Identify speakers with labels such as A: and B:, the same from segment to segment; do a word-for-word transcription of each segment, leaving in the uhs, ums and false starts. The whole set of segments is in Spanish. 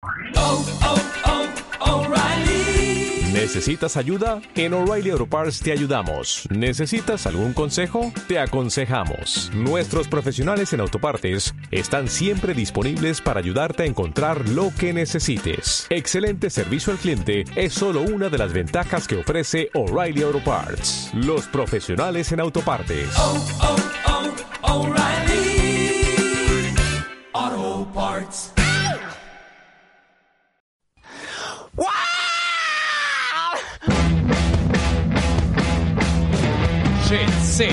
A: Oh, oh, oh, O'Reilly.
B: ¿Necesitas ayuda? En O'Reilly Auto Parts te ayudamos. ¿Necesitas algún consejo? Te aconsejamos. Nuestros profesionales en autopartes están siempre disponibles para ayudarte a encontrar lo que necesites. Excelente servicio al cliente es solo una de las ventajas que ofrece O'Reilly Auto Parts. Los profesionales en autopartes.
A: Oh, oh, oh, O'Reilly Auto Parts.
B: Jet Set.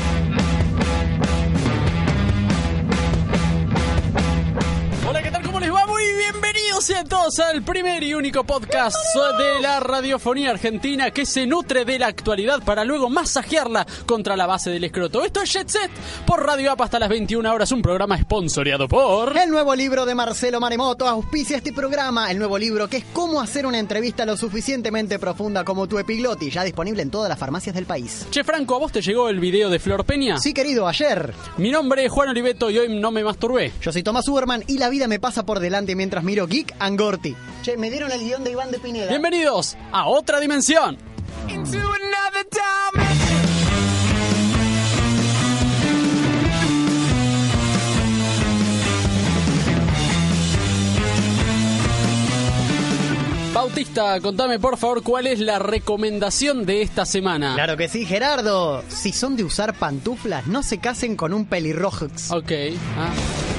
C: Hola, ¿qué tal? ¿Cómo les va? Muy bienvenidos sean todos al primer y único podcast de la radiofonía argentina que se nutre de la actualidad para luego masajearla contra la base del escroto. Esto es Jet Set por Radio A P A hasta las veintiuna horas, un programa sponsoreado por...
D: El nuevo libro de Marcelo Maremoto auspicia este programa. El nuevo libro que es Cómo hacer una entrevista lo suficientemente profunda como tu epiglotis, ya disponible en todas las farmacias del país.
C: Che, Franco, ¿a vos te llegó el video de Flor Peña?
D: Sí, querido, ayer.
C: Mi nombre es Juan Oliveto y hoy no me masturbé.
D: Yo soy Tomás Uberman y la vida me pasa por delante mientras miro Geek and Gorty. Che, me dieron el guión de Iván de Pineda.
C: Bienvenidos a otra dimensión.
A: Into another dimension.
C: Bautista, contame por favor cuál es la recomendación de esta semana.
D: Claro que sí, Gerardo. Si son de usar pantuflas, no se casen con un pelirrojo.
C: Ok. Ah.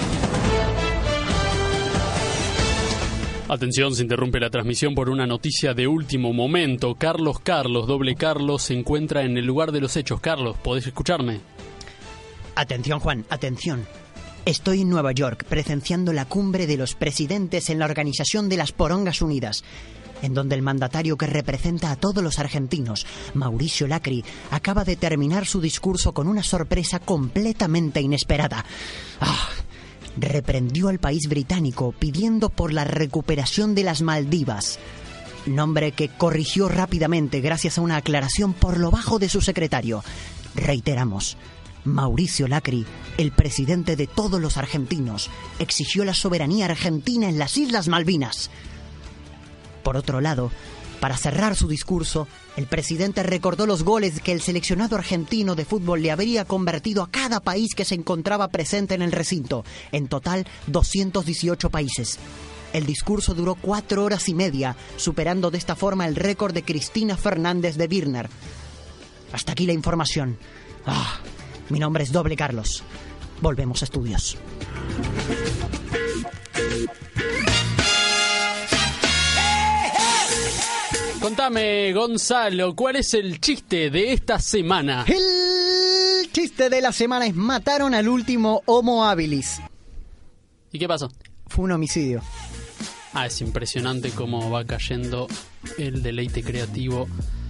C: Atención, se interrumpe la transmisión por una noticia de último momento. Carlos Carlos, doble Carlos, se encuentra en el lugar de los hechos. Carlos, ¿podés escucharme?
D: Atención, Juan, atención. Estoy en Nueva York presenciando la cumbre de los presidentes en la Organización de las Porongas Unidas, en donde el mandatario que representa a todos los argentinos, Mauricio Lacri, acaba de terminar su discurso con una sorpresa completamente inesperada. ¡Ah! Reprendió al país británico pidiendo por la recuperación de las Maldivas, nombre que corrigió rápidamente gracias a una aclaración por lo bajo de su secretario. Reiteramos, Mauricio Lacri, el presidente de todos los argentinos, exigió la soberanía argentina en las Islas Malvinas. Por otro lado, para cerrar su discurso, el presidente recordó los goles que el seleccionado argentino de fútbol le habría convertido a cada país que se encontraba presente en el recinto, en total doscientos dieciocho países. El discurso duró cuatro horas y media, superando de esta forma el récord de Cristina Fernández de Birner. Hasta aquí la información. Ah, mi nombre es Doble Carlos. Volvemos a estudios.
C: Contame, Gonzalo, ¿cuál es el chiste de esta semana?
D: El chiste de la semana es: mataron al último Homo habilis.
C: ¿Y qué pasó?
D: Fue un homicidio.
C: Ah, es impresionante cómo va cayendo el deleite creativo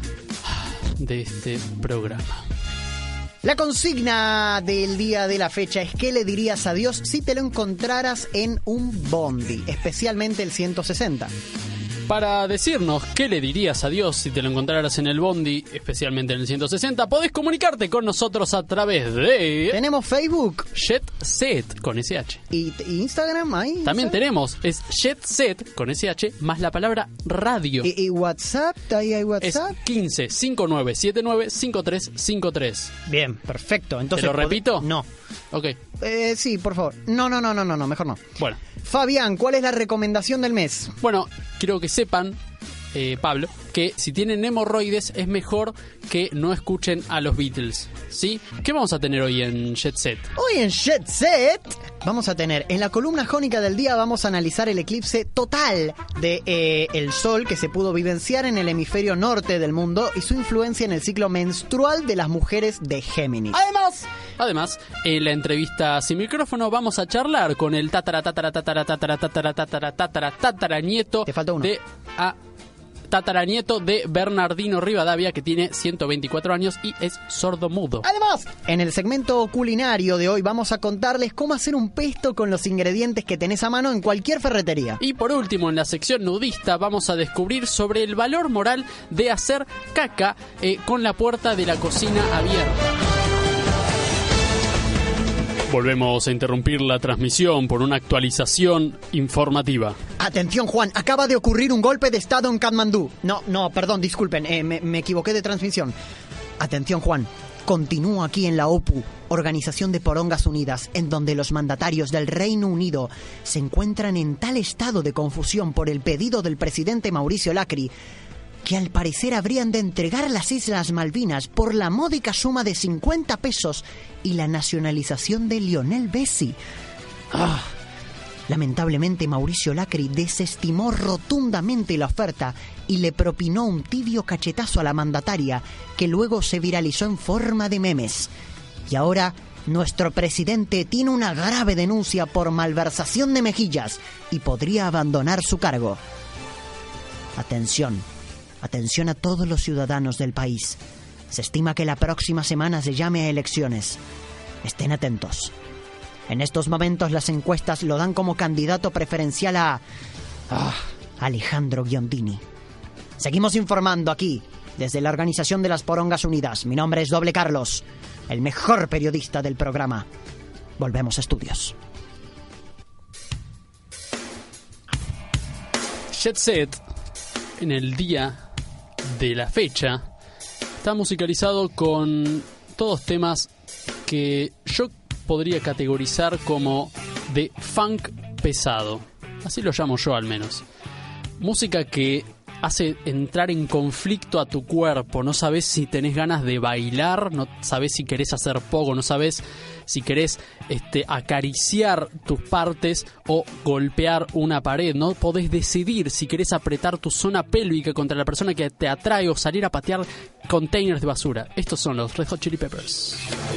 C: de este programa.
D: La consigna del día de la fecha es: ¿qué le dirías a Dios si te lo encontraras en un bondi? Especialmente el ciento sesenta.
C: Para decirnos qué le dirías a Dios si te lo encontraras en el bondi, especialmente en el ciento sesenta, podés comunicarte con nosotros a través de...
D: Tenemos Facebook.
C: Jet Set con ese hache.
D: ¿Y Instagram ahí?
C: También
D: ¿sabes?
C: tenemos, es Jet Set con ese hache más la palabra radio.
D: ¿Y, y WhatsApp? ¿Ahí hay WhatsApp?
C: Es quince cincuenta y nueve setenta y nueve cincuenta y tres cincuenta y tres.
D: Bien, perfecto. Entonces,
C: ¿te lo repito?
D: No.
C: Ok.
D: Eh, sí, por favor. No, no, no, no, no, no, mejor no.
C: Bueno.
D: Fabián, ¿cuál es la recomendación del mes?
C: Bueno, quiero que sepan, eh, Pablo, que si tienen hemorroides es mejor que no escuchen a los Beatles, ¿sí? ¿Qué vamos a tener hoy en Jet Set?
D: Hoy en Jet Set vamos a tener, en la columna jónica del día vamos a analizar el eclipse total de eh, el Sol que se pudo vivenciar en el hemisferio norte del mundo y su influencia en el ciclo menstrual de las mujeres de Géminis.
C: Además, además, en la entrevista sin micrófono vamos a charlar con el tatara tatara tatara tatara tatara tatara tatara tatara nieto
D: Te falta uno.
C: de a tataranieto de Bernardino Rivadavia, que tiene ciento veinticuatro años y es sordomudo.
D: Además, en el segmento culinario de hoy vamos a contarles cómo hacer un pesto con los ingredientes que tenés a mano en cualquier ferretería.
C: Y por último, en la sección nudista vamos a descubrir sobre el valor moral de hacer caca eh, con la puerta de la cocina abierta. Volvemos a interrumpir la transmisión por una actualización informativa.
D: Atención, Juan, acaba de ocurrir un golpe de estado en Katmandú. No, no, perdón, disculpen, eh, me, me equivoqué de transmisión. Atención, Juan, continúo aquí en la O P U, Organización de Porongas Unidas, en donde los mandatarios del Reino Unido se encuentran en tal estado de confusión por el pedido del presidente Mauricio Lacri, que al parecer habrían de entregar las Islas Malvinas por la módica suma de cincuenta pesos y la nacionalización de Lionel Messi. ¡Ah! Lamentablemente, Mauricio Lacri desestimó rotundamente la oferta y le propinó un tibio cachetazo a la mandataria, que luego se viralizó en forma de memes. Y ahora, nuestro presidente tiene una grave denuncia por malversación de mejillas y podría abandonar su cargo. Atención, atención a todos los ciudadanos del país. Se estima que la próxima semana se llame a elecciones. Estén atentos. En estos momentos las encuestas lo dan como candidato preferencial a... Ah, Alejandro Giondini. Seguimos informando aquí, desde la Organización de las Porongas Unidas. Mi nombre es Doble Carlos, el mejor periodista del programa. Volvemos a estudios.
C: Jet Set, en el día de la fecha, está musicalizado con todos temas que yo podría categorizar como de funk pesado. Así lo llamo yo, al menos. Música que hace entrar en conflicto a tu cuerpo. No sabes si tenés ganas de bailar, no sabes si querés hacer pogo, no sabes si querés este, acariciar tus partes o golpear una pared. No podés decidir si querés apretar tu zona pélvica contra la persona que te atrae o salir a patear containers de basura. Estos son los Red Hot Chili Peppers.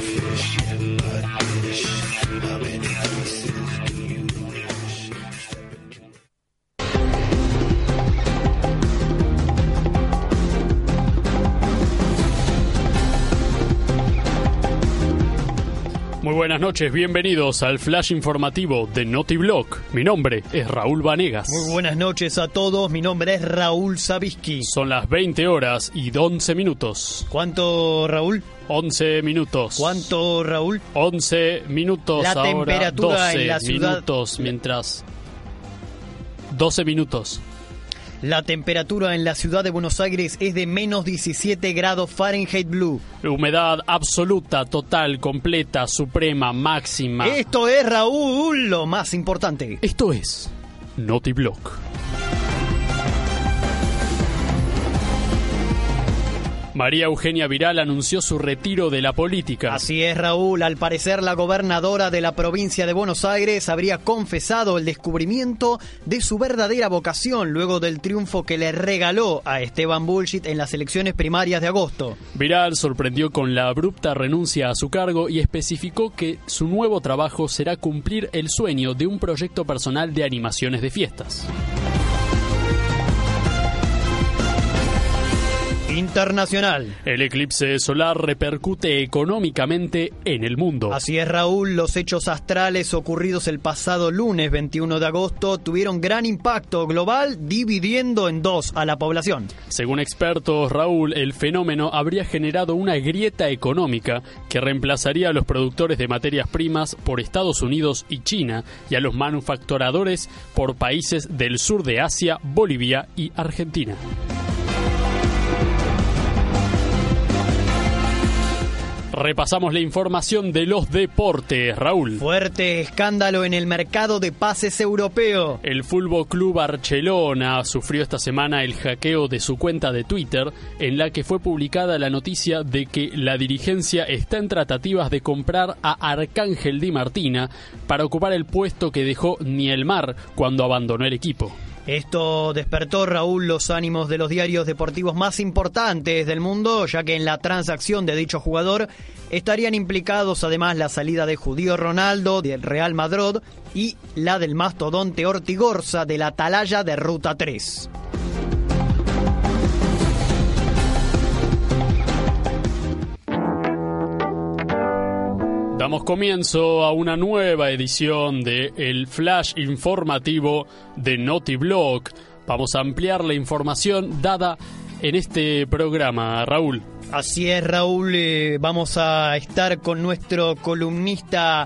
C: Muy buenas noches, bienvenidos al flash informativo de NotiBlog. Mi nombre es Raúl Vanegas.
E: Muy buenas noches a todos, mi nombre es Raúl Sabisky.
C: Son las veinte horas y once minutos.
E: ¿Cuánto, Raúl?
C: once minutos.
E: ¿Cuánto, Raúl?
C: once minutos.
E: La
C: ahora
E: temperatura
C: doce
E: en la ciudad...
C: minutos, mientras... doce minutos.
E: La temperatura en la ciudad de Buenos Aires es de menos diecisiete grados Fahrenheit Blue.
C: Humedad absoluta, total, completa, suprema, máxima.
E: Esto es, Raúl, lo más importante.
C: Esto es NotiBlog. María Eugenia Vidal anunció su retiro de la política.
E: Así es, Raúl. Al parecer, la gobernadora de la provincia de Buenos Aires habría confesado el descubrimiento de su verdadera vocación luego del triunfo que le regaló a Esteban Bullrich en las elecciones primarias de agosto.
C: Vidal sorprendió con la abrupta renuncia a su cargo y especificó que su nuevo trabajo será cumplir el sueño de un proyecto personal de animaciones de fiestas.
E: Internacional.
C: El eclipse solar repercute económicamente en el mundo.
E: Así es, Raúl, los hechos astrales ocurridos el pasado lunes veintiuno de agosto tuvieron gran impacto global, dividiendo en dos a la población.
C: Según expertos, Raúl, el fenómeno habría generado una grieta económica que reemplazaría a los productores de materias primas por Estados Unidos y China y a los manufacturadores por países del sur de Asia, Bolivia y Argentina. Repasamos la información de los deportes, Raúl.
E: Fuerte escándalo en el mercado de pases europeo.
C: El Fútbol Club Barcelona sufrió esta semana el hackeo de su cuenta de Twitter, en la que fue publicada la noticia de que la dirigencia está en tratativas de comprar a Arcángel Di Martina para ocupar el puesto que dejó Nielmar cuando abandonó el equipo.
E: Esto despertó, Raúl, los ánimos de los diarios deportivos más importantes del mundo, ya que en la transacción de dicho jugador estarían implicados además la salida de Judío Ronaldo del Real Madrid y la del mastodonte Ortigorza del Atalaya de Ruta tres.
C: Damos comienzo a una nueva edición de el Flash Informativo de NotiBlog. Vamos a ampliar la información dada en este programa, Raúl.
E: Así es, Raúl, eh, vamos a estar con nuestro columnista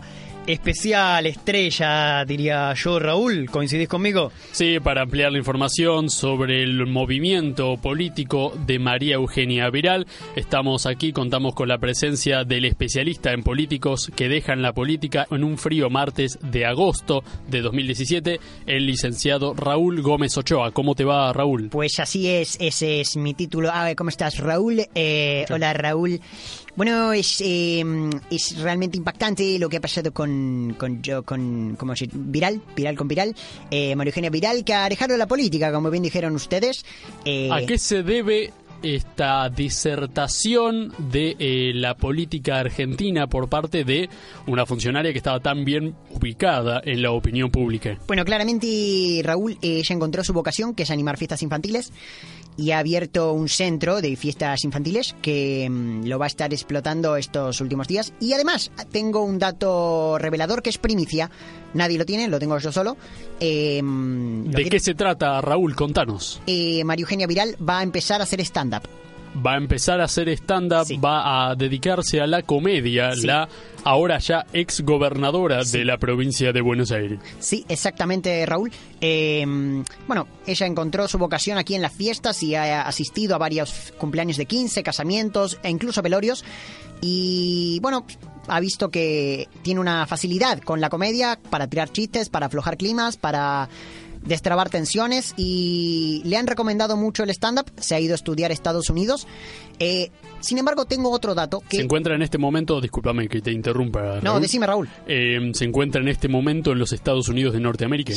E: especial, estrella, diría yo, Raúl. ¿Coincidís conmigo?
C: Sí, para ampliar la información sobre el movimiento político de María Eugenia Vidal, estamos aquí, contamos con la presencia del especialista en políticos que dejan la política en un frío martes de agosto de dos mil diecisiete, el licenciado Raúl Gómez Ochoa. ¿Cómo te va, Raúl?
D: Pues así es, ese es mi título. Ah, ¿cómo estás, Raúl? Eh, hola, Raúl. Bueno, es, eh, es realmente impactante lo que ha pasado con, con, yo, con ¿cómo se dice? Vidal, Vidal con Vidal, eh, María Eugenia Vidal, que ha dejado la política, como bien dijeron ustedes. Eh,
C: ¿A qué se debe esta disertación de eh, la política argentina por parte de una funcionaria que estaba tan bien ubicada en la opinión pública?
D: Bueno, claramente, Raúl, eh, ella encontró su vocación, que es animar fiestas infantiles, y ha abierto un centro de fiestas infantiles que mmm, lo va a estar explotando estos últimos días. Y además, tengo un dato revelador que es primicia. Nadie lo tiene, lo tengo yo solo. Eh,
C: ¿De
D: tiene,
C: qué se trata, Raúl? Contanos.
D: Eh, María Eugenia Vidal va a empezar a hacer stand-up.
C: Va a empezar a hacer stand-up,
D: Sí.
C: va a dedicarse a la comedia,
D: Sí.
C: la ahora ya ex gobernadora
D: Sí.
C: de la provincia de Buenos Aires.
D: Sí, exactamente, Raúl. Eh, bueno, ella encontró su vocación aquí en las fiestas y ha asistido a varios cumpleaños de quince, casamientos e incluso velorios. Y bueno, ha visto que tiene una facilidad con la comedia para tirar chistes, para aflojar climas, para destrabar tensiones, y le han recomendado mucho el stand-up. Se ha ido a estudiar a Estados Unidos. Eh, sin embargo, tengo otro dato que...
C: Se encuentra en este momento, discúlpame que te interrumpa, Raúl.
D: No, decime, Raúl.
C: Eh, se encuentra en este momento en los Estados Unidos de Norteamérica.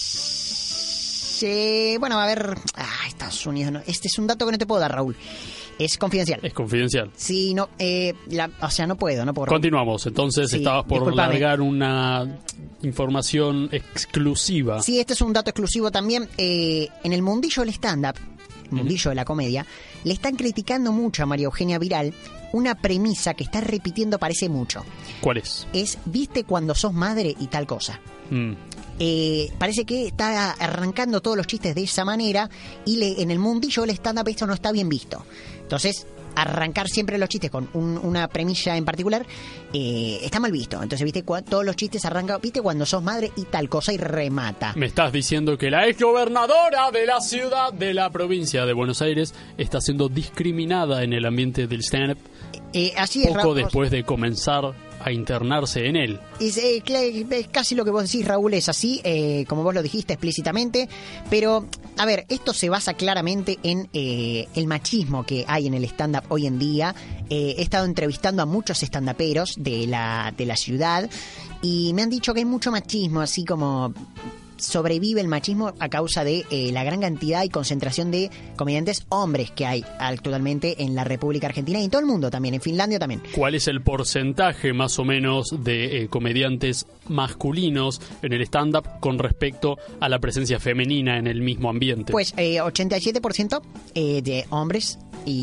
D: Sí, bueno, a ver... Ah, Estados Unidos, no. Este es un dato que no te puedo dar, Raúl. Es confidencial.
C: Es confidencial.
D: Sí, no, eh, la- o sea, no puedo, no puedo.
C: Continuamos, entonces
D: Sí,
C: estabas por
D: discúlpame.
C: largar una información exclusiva.
D: Sí, este es un dato exclusivo también. Eh, en el mundillo del stand-up, el mundillo de la comedia, le están criticando mucho a María Eugenia Vidal una premisa que está repitiendo parece mucho.
C: ¿Cuál es?
D: Es, ¿viste cuando sos madre y tal cosa?
C: Mm.
D: Eh, parece que está arrancando todos los chistes de esa manera, y le, en el mundillo del stand-up esto no está bien visto. Entonces, arrancar siempre los chistes con un- una premisa en particular eh, está mal visto. Entonces, viste, cua- todos los chistes arrancan, viste, cuando sos madre y tal cosa, y remata.
C: Me estás diciendo que la ex gobernadora de la ciudad de la provincia de Buenos Aires está siendo discriminada en el ambiente del stand-up
D: Eh, así es,
C: poco
D: Raúl.
C: después de comenzar a internarse en él.
D: Es, eh, cla- es casi lo que vos decís, Raúl, es así, eh, como vos lo dijiste explícitamente. Pero, a ver, esto se basa claramente en eh, el machismo que hay en el stand-up hoy en día. Eh, he estado entrevistando a muchos stand-uperos de la, de la ciudad, y me han dicho que hay mucho machismo, así como sobrevive el machismo a causa de eh, la gran cantidad y concentración de comediantes hombres que hay actualmente en la República Argentina y en todo el mundo también, en Finlandia también.
C: ¿Cuál es el porcentaje más o menos de eh, comediantes masculinos en el stand-up con respecto a la presencia femenina en el mismo ambiente?
D: Pues eh, ochenta y siete por ciento eh, de hombres,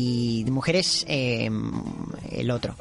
D: y de mujeres eh, el otro.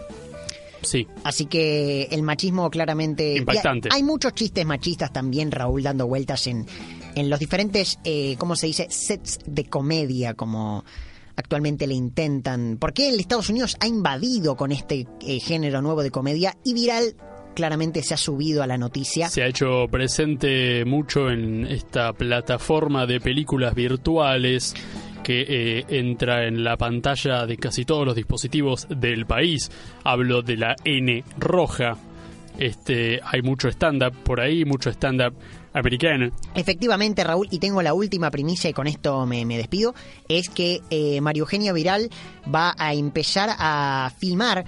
C: Sí.
D: Así que el machismo claramente...
C: Impactante.
D: Y hay muchos chistes machistas también, Raúl, dando vueltas en, en los diferentes, eh, ¿cómo se dice? Sets de comedia, como actualmente le intentan. Porque el Estados Unidos ha invadido con este eh, género nuevo de comedia, y Vidal claramente se ha subido a la noticia.
C: Se ha hecho presente mucho en esta plataforma de películas virtuales que eh, entra en la pantalla de casi todos los dispositivos del país. Hablo de la N roja. Este, hay mucho stand-up por ahí, mucho stand-up americano.
D: Efectivamente, Raúl, y tengo la última primicia y con esto me, me despido, es que eh, María Eugenia Vidal va a empezar a filmar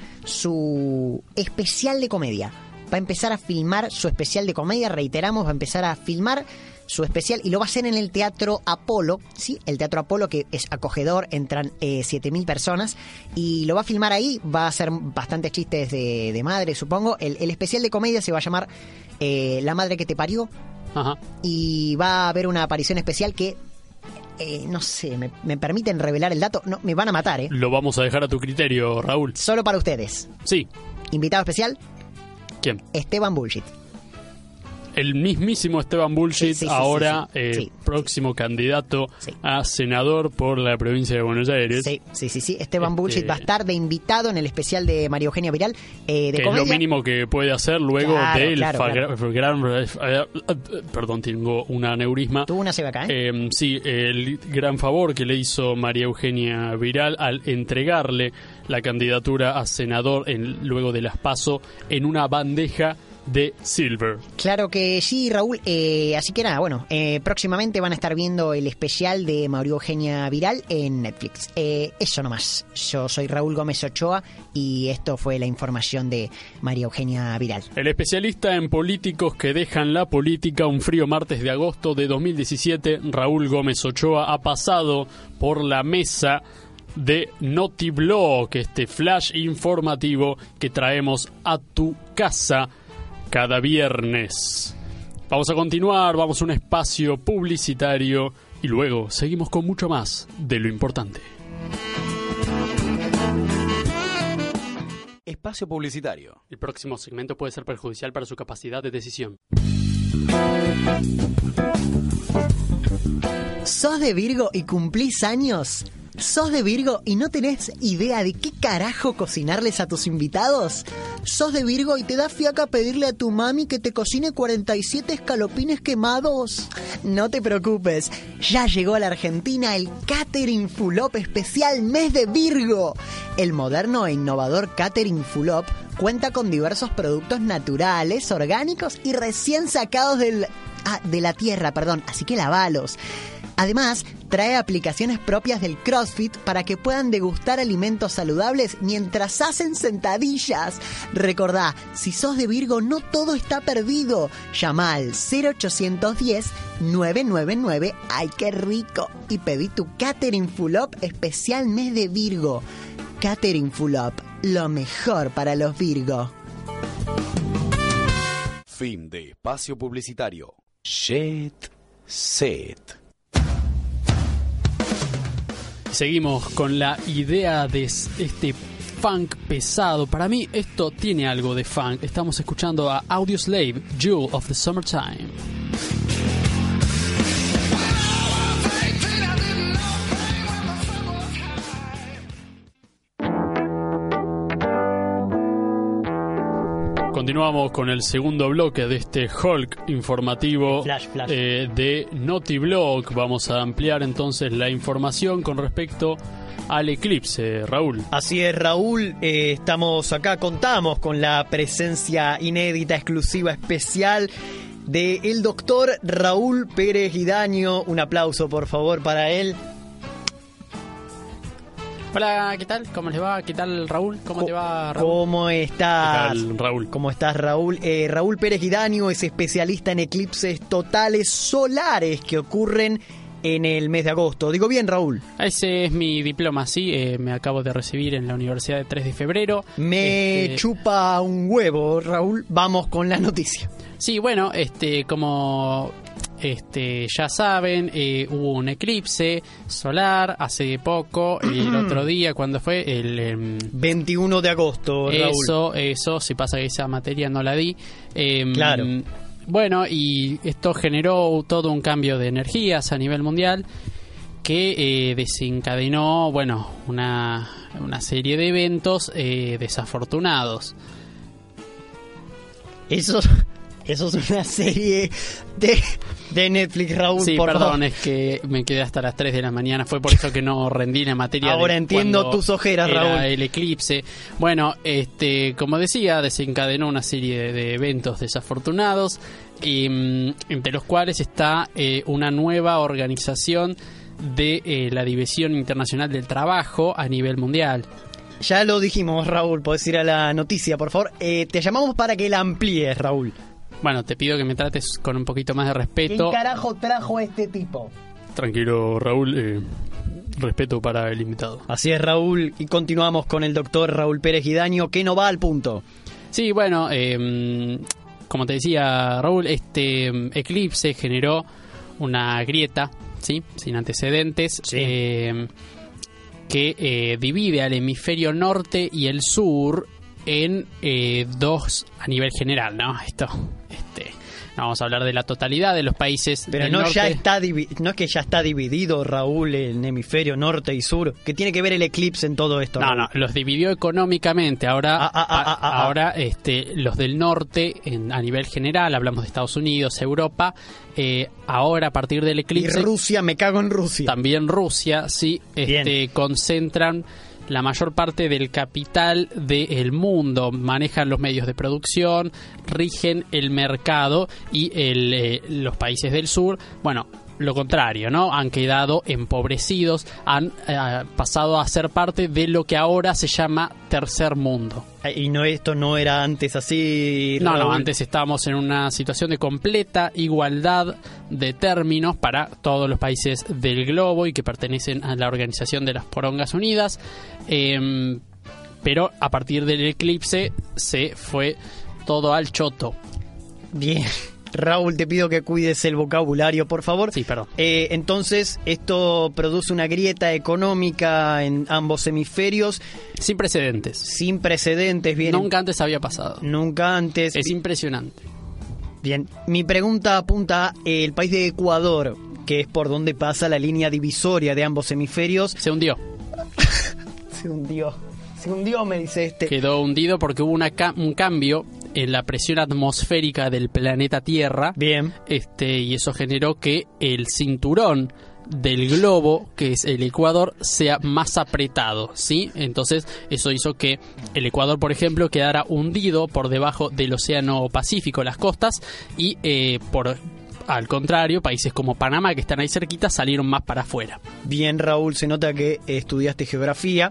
D: su especial de comedia. Va a empezar a filmar su especial de comedia, reiteramos, va a empezar a filmar su especial, y lo va a hacer en el Teatro Apolo, sí, el Teatro Apolo, que es acogedor, entran eh, siete mil personas, y lo va a filmar ahí. Va a hacer bastantes chistes de, de madre, supongo. El, el especial de comedia se va a llamar eh, La madre que te parió,
C: Ajá.
D: y va a haber una aparición especial que, eh, no sé, me, me permiten revelar el dato. No, me van a matar, ¿eh?
C: Lo vamos a dejar a tu criterio, Raúl.
D: Solo para ustedes.
C: Sí.
D: Invitado especial,
C: ¿Quién?
D: Esteban Bullshit.
C: el mismísimo Esteban Bullshit,
D: Sí, sí, sí,
C: ahora
D: sí, sí.
C: eh,
D: Sí,
C: próximo candidato
D: Sí.
C: a senador por la provincia de Buenos Aires.
D: Sí, sí, sí, sí. Esteban
C: Este-
D: Bullshit va a estar de invitado en el especial de María Eugenia Viral eh, de
C: Que es lo
D: comedia.
C: mínimo que puede hacer luego
D: Claro,
C: del
D: claro,
C: fa-
D: claro.
C: gran... eh, Perdón, tengo un aneurisma.
D: Tuvo una ceba acá, ¿eh?
C: Eh, sí, el gran favor que le hizo María Eugenia Viral al entregarle la candidatura a senador en, luego de las PASO en una bandeja de silver.
D: Claro que sí, Raúl. Eh, así que nada, bueno, eh, próximamente van a estar viendo el especial de María Eugenia Viral en Netflix. Eh, eso nomás. Yo soy Raúl Gómez Ochoa y esto fue la información de María Eugenia Viral.
C: El especialista en políticos que dejan la política, un frío martes de agosto de dos mil diecisiete, Raúl Gómez Ochoa ha pasado por la mesa de Notiblog, este flash informativo que traemos a tu casa cada viernes. Vamos a continuar, vamos a un espacio publicitario y luego seguimos con mucho más de lo importante.
F: Espacio publicitario.
C: El próximo segmento puede ser perjudicial para su capacidad de decisión.
D: ¿Sos de Virgo y cumplís años? ¿Sos de Virgo y no tenés idea de qué carajo cocinarles a tus invitados? ¿Sos de Virgo y te da fiaca pedirle a tu mami que te cocine cuarenta y siete escalopines quemados? No te preocupes, ya llegó a la Argentina el Catering Full Up especial Mes de Virgo. El moderno e innovador Catering Full Up cuenta con diversos productos naturales, orgánicos y recién sacados del, ah, de la tierra, perdón, así que lavalos. Además, trae aplicaciones propias del CrossFit para que puedan degustar alimentos saludables mientras hacen sentadillas. Recordá, si sos de Virgo, no todo está perdido. Llama al cero ochocientos diez, nueve nueve nueve, ¡ay qué rico! Y pedí tu Catering Full Up especial Mes de Virgo. Catering Full Up, lo mejor para los Virgo.
F: Fin de espacio publicitario. Jet Set.
C: Seguimos con la idea de este funk pesado. Para mí esto tiene algo de funk. Estamos escuchando a Audioslave, Jewel of the Summertime. Continuamos con el segundo bloque de este Hulk informativo
E: Flash, flash.
C: eh, de Notiblog. Vamos a ampliar entonces la información con respecto al eclipse, Raúl.
E: Así es, Raúl, eh, estamos acá, contamos con la presencia inédita, exclusiva, especial de el doctor Raúl Pérez Guidaño. Un aplauso, por favor, para él.
C: Hola, ¿qué tal? ¿Cómo les va? ¿Qué tal, Raúl? ¿Cómo te va, Raúl?
E: ¿Cómo estás?
C: ¿Qué tal, Raúl?
E: ¿Cómo estás, Raúl? Eh, Raúl Pérez Guidaño es especialista en eclipses totales solares que ocurren en el mes de agosto. Digo bien, Raúl.
C: Ese es mi diploma, sí. Eh, me acabo de recibir en la Universidad de tres de febrero.
E: Me
C: Este,
E: chupa un huevo, Raúl. Vamos con la noticia.
C: Sí, bueno, este, como este, ya saben, eh, hubo un eclipse solar hace poco, el otro día, cuando fue el... em,
E: veintiuno de agosto, Raúl.
C: Eso, eso, si pasa que esa materia no la di. Em,
E: Claro.
C: Bueno, y esto generó todo un cambio de energías a nivel mundial que eh, desencadenó, bueno, una, una serie de eventos eh, desafortunados.
E: Eso, eso es una serie de, de Netflix, Raúl,
C: Sí,
E: por
C: perdón,
E: favor.
C: es que me quedé hasta las tres de la mañana. Fue por eso que no rendí la materia.
E: Ahora
C: de
E: entiendo
C: cuando
E: tus ojeras,
C: era
E: Raúl.
C: el eclipse. Bueno, este, como decía, desencadenó una serie de, de eventos desafortunados, y, mm, entre los cuales está eh, una nueva organización de eh, la División Internacional del Trabajo a nivel mundial.
E: Ya lo dijimos, Raúl, podés ir a la noticia, por favor. Eh, te llamamos para que la amplíes, Raúl.
C: Bueno, te pido que me trates con un poquito más de
E: ¿Qué
C: respeto.
E: carajo trajo este tipo?
C: Tranquilo, Raúl. eh, respeto para el invitado.
E: Así es, Raúl, y continuamos con el doctor Raúl Pérez Guidaño, que no va al punto.
C: Sí, bueno, eh, como te decía, Raúl, este eh, eclipse generó una grieta, ¿sí? Sin antecedentes,
E: Sí.
C: eh, que eh, divide al hemisferio norte y el sur en eh, dos a nivel general, ¿no? Esto, este, No vamos a hablar de la totalidad de los países
E: Pero
C: del
E: no
C: norte.
E: ya está divi- no es que ya está dividido, Raúl, el hemisferio norte y sur. ¿Qué tiene que ver el eclipse en todo esto?
C: No,
E: Raúl?
C: no, los dividió económicamente. Ahora,
E: Ah, ah, ah, ah, ah.
C: ahora este, los del norte, en, a nivel general, hablamos de Estados Unidos, Europa, eh, ahora a partir del
E: Y
C: eclipse,
E: Rusia, me cago en Rusia.
C: también Rusia, sí, este,
E: Bien.
C: concentran la mayor parte del capital del mundo, manejan los medios de producción, rigen el mercado y el, eh, los países del sur, bueno, lo contrario, ¿no? Han quedado empobrecidos, han eh, pasado a ser parte de lo que ahora se llama tercer mundo.
E: Y no, esto no era antes así,
C: No,
E: Raúl.
C: no, antes estábamos en una situación de completa igualdad de términos para todos los países del globo y que pertenecen a la Organización de las Porongas Unidas, eh, pero a partir del eclipse se fue todo al choto.
E: Bien. Raúl, te pido que cuides el vocabulario, por favor.
C: Sí, perdón.
E: Eh, entonces, esto produce una grieta económica en ambos hemisferios
C: Sin precedentes.
E: sin precedentes. Bien,
C: Nunca antes había pasado.
E: nunca antes.
C: Es impresionante.
E: Bien, mi pregunta apunta a el país de Ecuador, que es por donde pasa la línea divisoria de ambos hemisferios.
C: Se hundió.
E: Se hundió. Se hundió, me dice este.
C: Quedó hundido porque hubo una ca- un cambio en la presión atmosférica del planeta Tierra.
E: Bien.
C: Este, y eso generó que el cinturón del globo, que es el Ecuador, sea más apretado, ¿sí? Entonces eso hizo que el Ecuador, por ejemplo, quedara hundido por debajo del Océano Pacífico, las costas, y eh, por al contrario, países como Panamá, que están ahí cerquita, salieron más para afuera.
E: Bien, Raúl, se nota que estudiaste geografía.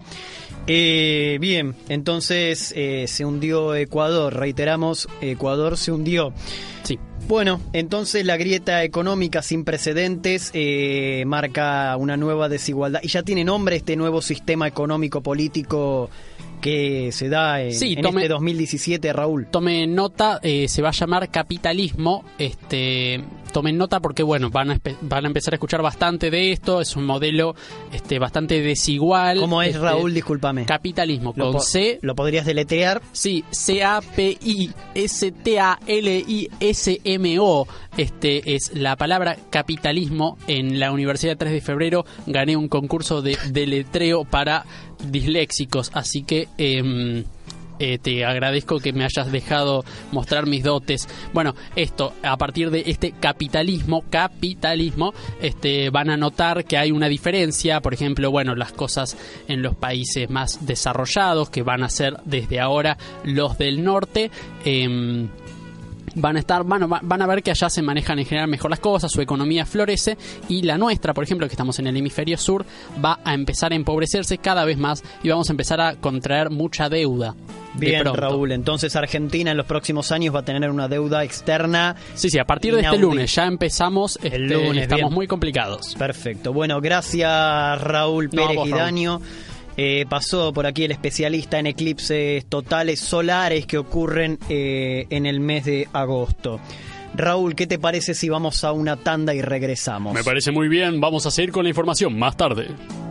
E: Eh, bien, entonces eh, se hundió Ecuador, reiteramos, Ecuador se hundió.
C: Sí.
E: Bueno, entonces la grieta económica sin precedentes eh, marca una nueva desigualdad. Y ya tiene nombre este nuevo sistema económico-político que se da en,
C: Sí,
E: en
C: tome-
E: este dos mil diecisiete, Raúl.
C: Tomen nota, eh, se va a llamar capitalismo. Este, tomen nota porque bueno, van a, espe- van a empezar a escuchar bastante de esto. Es un modelo este, bastante desigual.
E: ¿Cómo es,
C: Este,
E: Raúl? Discúlpame.
C: Capitalismo
E: Lo
C: con
E: po-
C: C.
E: ¿Lo podrías deletrear?
C: Sí, C A P I S T A L I S M O. Este es la palabra capitalismo. En la Universidad tres de febrero gané un concurso de deletreo para disléxicos, así que eh, eh, te agradezco que me hayas dejado mostrar mis dotes. Bueno, esto, a partir de este capitalismo, capitalismo, este, van a notar que hay una diferencia. Por ejemplo, bueno, las cosas en los países más desarrollados, que van a ser desde ahora los del norte, eh, van a estar, van a, van a ver que allá se manejan en general mejor las cosas, su economía florece, y la nuestra, por ejemplo, que estamos en el hemisferio sur, va a empezar a empobrecerse cada vez más y vamos a empezar a contraer mucha deuda. de
E: Bien,
C: pronto.
E: Raúl, entonces Argentina en los próximos años va a tener una deuda externa.
C: Sí, sí, a partir de este
E: inaudita.
C: lunes ya empezamos, este,
E: El lunes,
C: estamos
E: bien.
C: muy complicados.
E: Perfecto. Bueno, gracias, Raúl
C: No, a
E: Pérez
C: vos, Raúl.
E: Guidaño. Eh, pasó por aquí el especialista en eclipses totales solares que ocurren eh, en el mes de agosto. Raúl, ¿qué te parece si vamos a una tanda y regresamos?
C: Me parece muy bien, vamos a seguir con la información más tarde.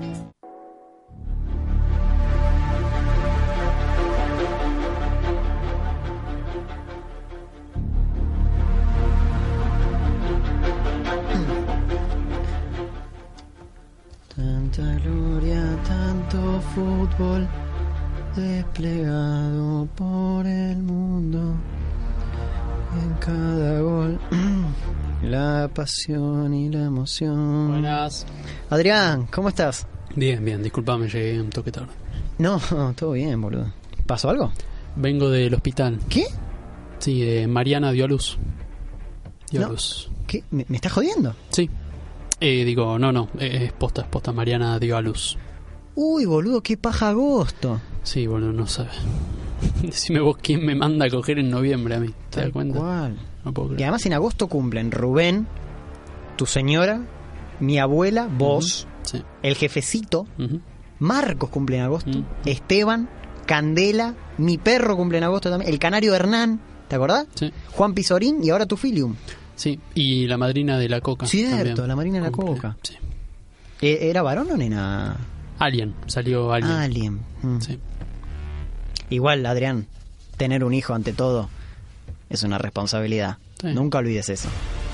E: Tanta gloria, tanto fútbol desplegado por el mundo. En cada gol, la pasión y la emoción.
C: Buenas.
E: Adrián, ¿cómo estás?
C: Bien, bien, disculpame, llegué un toque tarde.
E: No, todo bien, boludo. ¿Pasó algo?
C: Vengo del hospital.
E: ¿Qué?
C: Sí, eh, Mariana dio a luz. Dio a
E: No.
C: luz.
E: ¿Qué? ¿Me, me estás jodiendo?
C: Sí. Eh, digo, no, no, eh, es posta, es posta. Mariana dio a luz.
E: Uy, boludo, qué paja agosto.
C: Sí, bueno, no sabe. Decime vos quién me manda a coger en noviembre a mí. ¿Te das
E: Tal
C: cuenta?
E: cual.
C: No puedo
E: Y
C: creer.
E: además en agosto cumplen Rubén, tu señora, mi abuela, vos,
C: Sí.
E: el jefecito,
C: Ujú.
E: Marcos cumple en agosto,
C: Mm.
E: Esteban, Candela, mi perro cumple en agosto también, el canario Hernán, ¿te acordás?
C: Sí.
E: Juan Pizorín y ahora tu filium.
C: Sí, y la madrina de la coca.
E: Cierto,
C: también
E: la madrina de la
C: cumple.
E: coca.
C: Sí.
E: Eh, ¿Era varón o nena?
C: Alien, salió Alien.
E: Alien. Mm.
C: Sí.
E: Igual, Adrián, tener un hijo ante todo es una responsabilidad.
C: Sí.
E: Nunca olvides eso.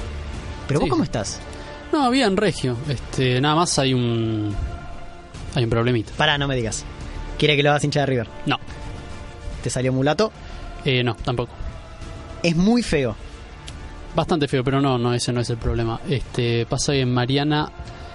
E: ¿Pero
C: Sí,
E: vos cómo
C: sí.
E: estás?
C: No, bien, regio. Este, nada más hay un... Hay un problemita.
E: Pará, no me digas. ¿Quiere que lo hagas hincha de River?
C: No,
E: ¿Te salió mulato?
C: eh, no, tampoco.
E: Es muy feo.
C: Bastante feo, pero no, no, ese no es el problema. Este, pasa que Mariana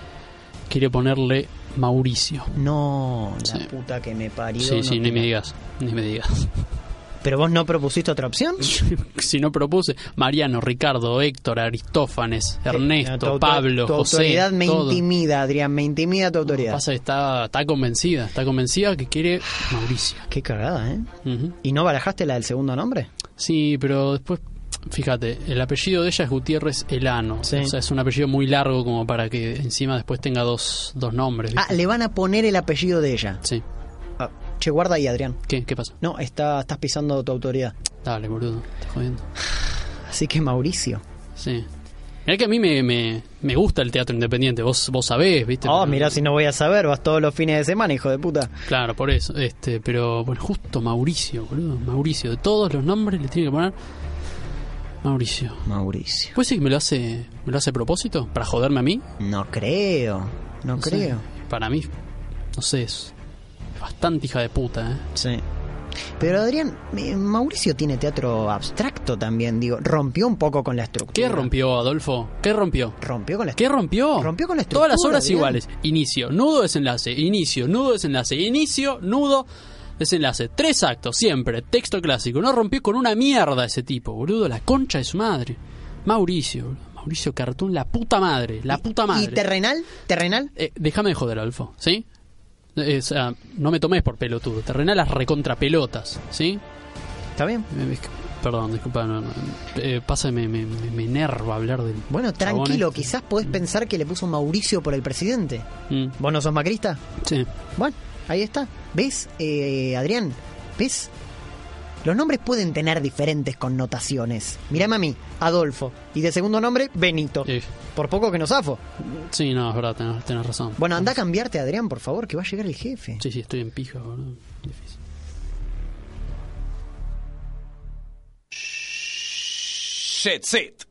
C: quiere ponerle Mauricio.
E: No, la
C: Sí.
E: puta que me parió.
C: Sí,
E: no
C: sí, ni
E: te-
C: me digas, ni me digas.
E: ¿Pero vos no propusiste otra opción?
C: Si no propuse, Mariano, Ricardo, Héctor, Aristófanes, Ernesto,
E: Eh, tu autor-
C: Pablo,
E: tu
C: José,
E: autoridad me
C: todo.
E: intimida, Adrián, me intimida tu autoridad.
C: Pasa que está, está convencida, está convencida que quiere Mauricio.
E: Qué cagada, ¿eh?
C: Ujú.
E: ¿Y no barajaste la del segundo nombre?
C: Sí, pero después, fíjate, el apellido de ella es Gutiérrez Elano.
E: Sí.
C: O sea, es un apellido muy largo como para que encima después tenga dos, dos nombres.
E: Ah,
C: ¿viste?
E: le van a poner el apellido de ella.
C: Sí.
E: Ah, che, guarda ahí, Adrián.
C: ¿Qué? ¿Qué pasa?
E: No, está, estás pisando tu autoridad.
C: Dale, boludo, estás jodiendo.
E: Así que Mauricio.
C: Sí. Mirá que a mí me, me, me gusta el teatro independiente, vos, vos sabés, ¿viste?
E: Oh,
C: Pero-
E: mirá si no voy a saber, vas todos los fines de semana, hijo de puta.
C: Claro, por eso. Este, pero bueno, justo Mauricio, boludo. Mauricio, de todos los nombres le tiene que poner Mauricio.
E: Mauricio.
C: ¿Pues sí que me lo hace, me lo hace a propósito? ¿Para joderme a mí?
E: No creo, no,
C: No sé.
E: creo.
C: Para mí, no sé, es bastante hija de puta, ¿eh?
E: Sí. Pero Adrián, eh, Mauricio tiene teatro abstracto también, digo, rompió un poco con la estructura.
C: ¿Qué rompió, Adolfo? ¿Qué rompió?
E: Rompió con la
C: ¿Qué rompió?
E: Rompió con la
C: Todas las
E: estructura,
C: obras
E: Adrián.
C: iguales. Inicio, nudo, desenlace. Inicio, nudo, desenlace. Inicio, nudo, desenlace. Tres actos, siempre. Texto clásico. No rompió con una mierda ese tipo, boludo. La concha de su madre. Mauricio, boludo. Mauricio Cartún, la puta madre. La puta madre.
E: ¿Y terrenal? ¿Terrenal?
C: Eh, déjame de joder, Adolfo, ¿sí? Eh, o sea, no me tomes por pelotudo. Terrenal las recontrapelotas, ¿sí?
E: ¿Está bien?
C: Eh, es que- Perdón, disculpa. No, no, eh, pasa que me, me, me, me enerva hablar del.
E: Bueno,
C: chabón
E: tranquilo,
C: este.
E: quizás podés pensar que le puso Mauricio por el presidente.
C: Mm,
E: ¿Vos no sos macrista?
C: sí.
E: Bueno, ahí está. ¿Ves, eh, Adrián? ¿Ves? Los nombres pueden tener diferentes connotaciones. Mirame a mí, Adolfo. Y de segundo nombre, Benito.
C: Eh,
E: Por poco que nos zafo.
C: sí, no, es verdad, tenés, tenés razón.
E: Bueno, anda a cambiarte, Adrián, por favor, que va a llegar el jefe.
C: Sí, sí, estoy en pija, boludo. Difícil.
F: Jet Set.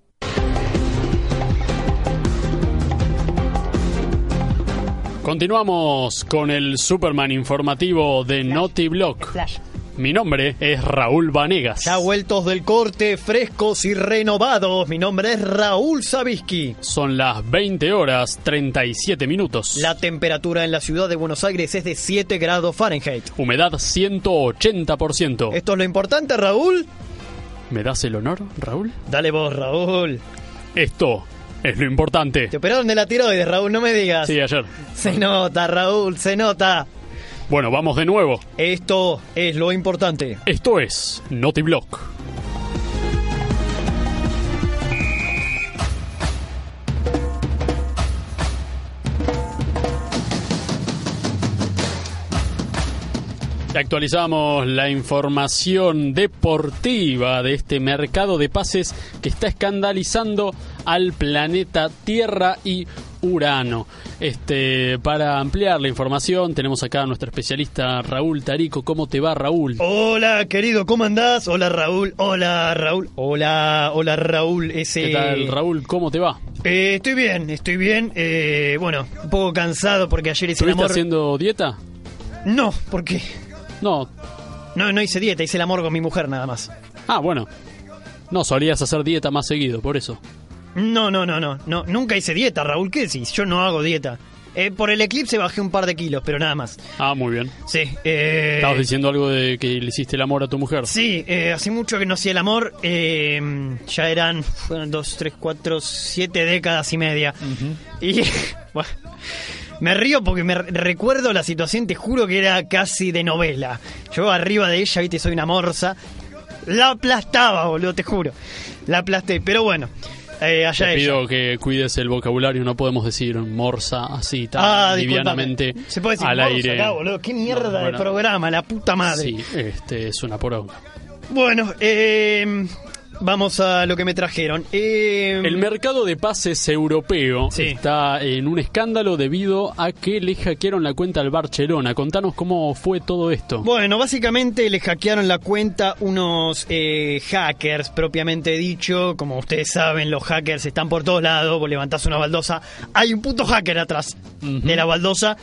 C: Continuamos con el Superman informativo de NotiBlock.
E: Flash.
C: Mi nombre es Raúl Vanegas.
E: Ya vueltos del corte, frescos y renovados. Mi nombre es Raúl Sabisky.
C: Son las veinte horas treinta y siete minutos.
E: La temperatura en la ciudad de Buenos Aires es de siete grados Fahrenheit.
C: Humedad ciento ochenta por ciento.
E: ¿Esto es lo importante, Raúl?
C: ¿Me das el honor, Raúl?
E: Dale vos, Raúl.
C: Esto es lo importante.
E: Te operaron de la tiroides, Raúl, no me digas.
C: Sí, ayer.
E: Se nota, Raúl, se nota.
C: Bueno, vamos de nuevo.
E: Esto es lo importante.
C: Esto es NotiBlock. Actualizamos la información deportiva de este mercado de pases que está escandalizando al planeta Tierra y Urano. Este, para ampliar la información tenemos acá a nuestro especialista Raúl Tarico. ¿Cómo te va, Raúl?
E: Hola, querido, ¿cómo andás? Hola, Raúl. Hola, Raúl. Hola, hola, Raúl. Ese...
C: ¿Qué tal, Raúl? ¿Cómo te va?
E: Eh, estoy bien, estoy bien. Eh, bueno, un poco cansado porque ayer hice el
C: ¿Estuviste
E: amor.
C: haciendo dieta?
E: No, porque
C: No.
E: no, no hice dieta, hice el amor con mi mujer nada más.
C: Ah, bueno. No, solías hacer dieta más seguido, por eso.
E: No, no, no, no, no, nunca hice dieta, Raúl. ¿Qué decís? Yo no hago dieta. Eh, por el eclipse bajé un par de kilos, pero nada más.
C: Ah, muy bien.
E: Sí, eh...
C: Estabas diciendo algo de que le hiciste el amor a tu mujer.
E: Sí, eh, hace mucho que no hacía el amor. eh, ya eran fueron dos, tres, cuatro, siete décadas y media. Y bueno, me río porque me re- recuerdo la situación. Te juro que era casi de novela. Yo arriba de ella, viste, soy una morsa. La aplastaba, boludo, te juro. La aplasté, pero bueno. Eh, allá
C: Te
E: ella.
C: pido que cuides el vocabulario, no podemos decir morsa así tan
E: Ah,
C: livianamente
E: discúlpame. Se puede decir
C: al
E: morsa
C: aire.
E: acá, boludo. Qué mierda
C: No, bueno.
E: de programa, la puta madre.
C: Sí, este es una poronga.
E: Bueno, eh, vamos a lo que me trajeron. Eh...
C: El mercado de pases europeo
E: Sí.
C: está en un escándalo debido a que le hackearon la cuenta al Barcelona. Contanos cómo fue todo esto.
E: Bueno, básicamente le hackearon la cuenta unos eh, hackers, propiamente dicho. Como ustedes saben, los hackers están por todos lados. Vos levantás una baldosa, hay un puto hacker atrás
C: Ujú.
E: de la baldosa.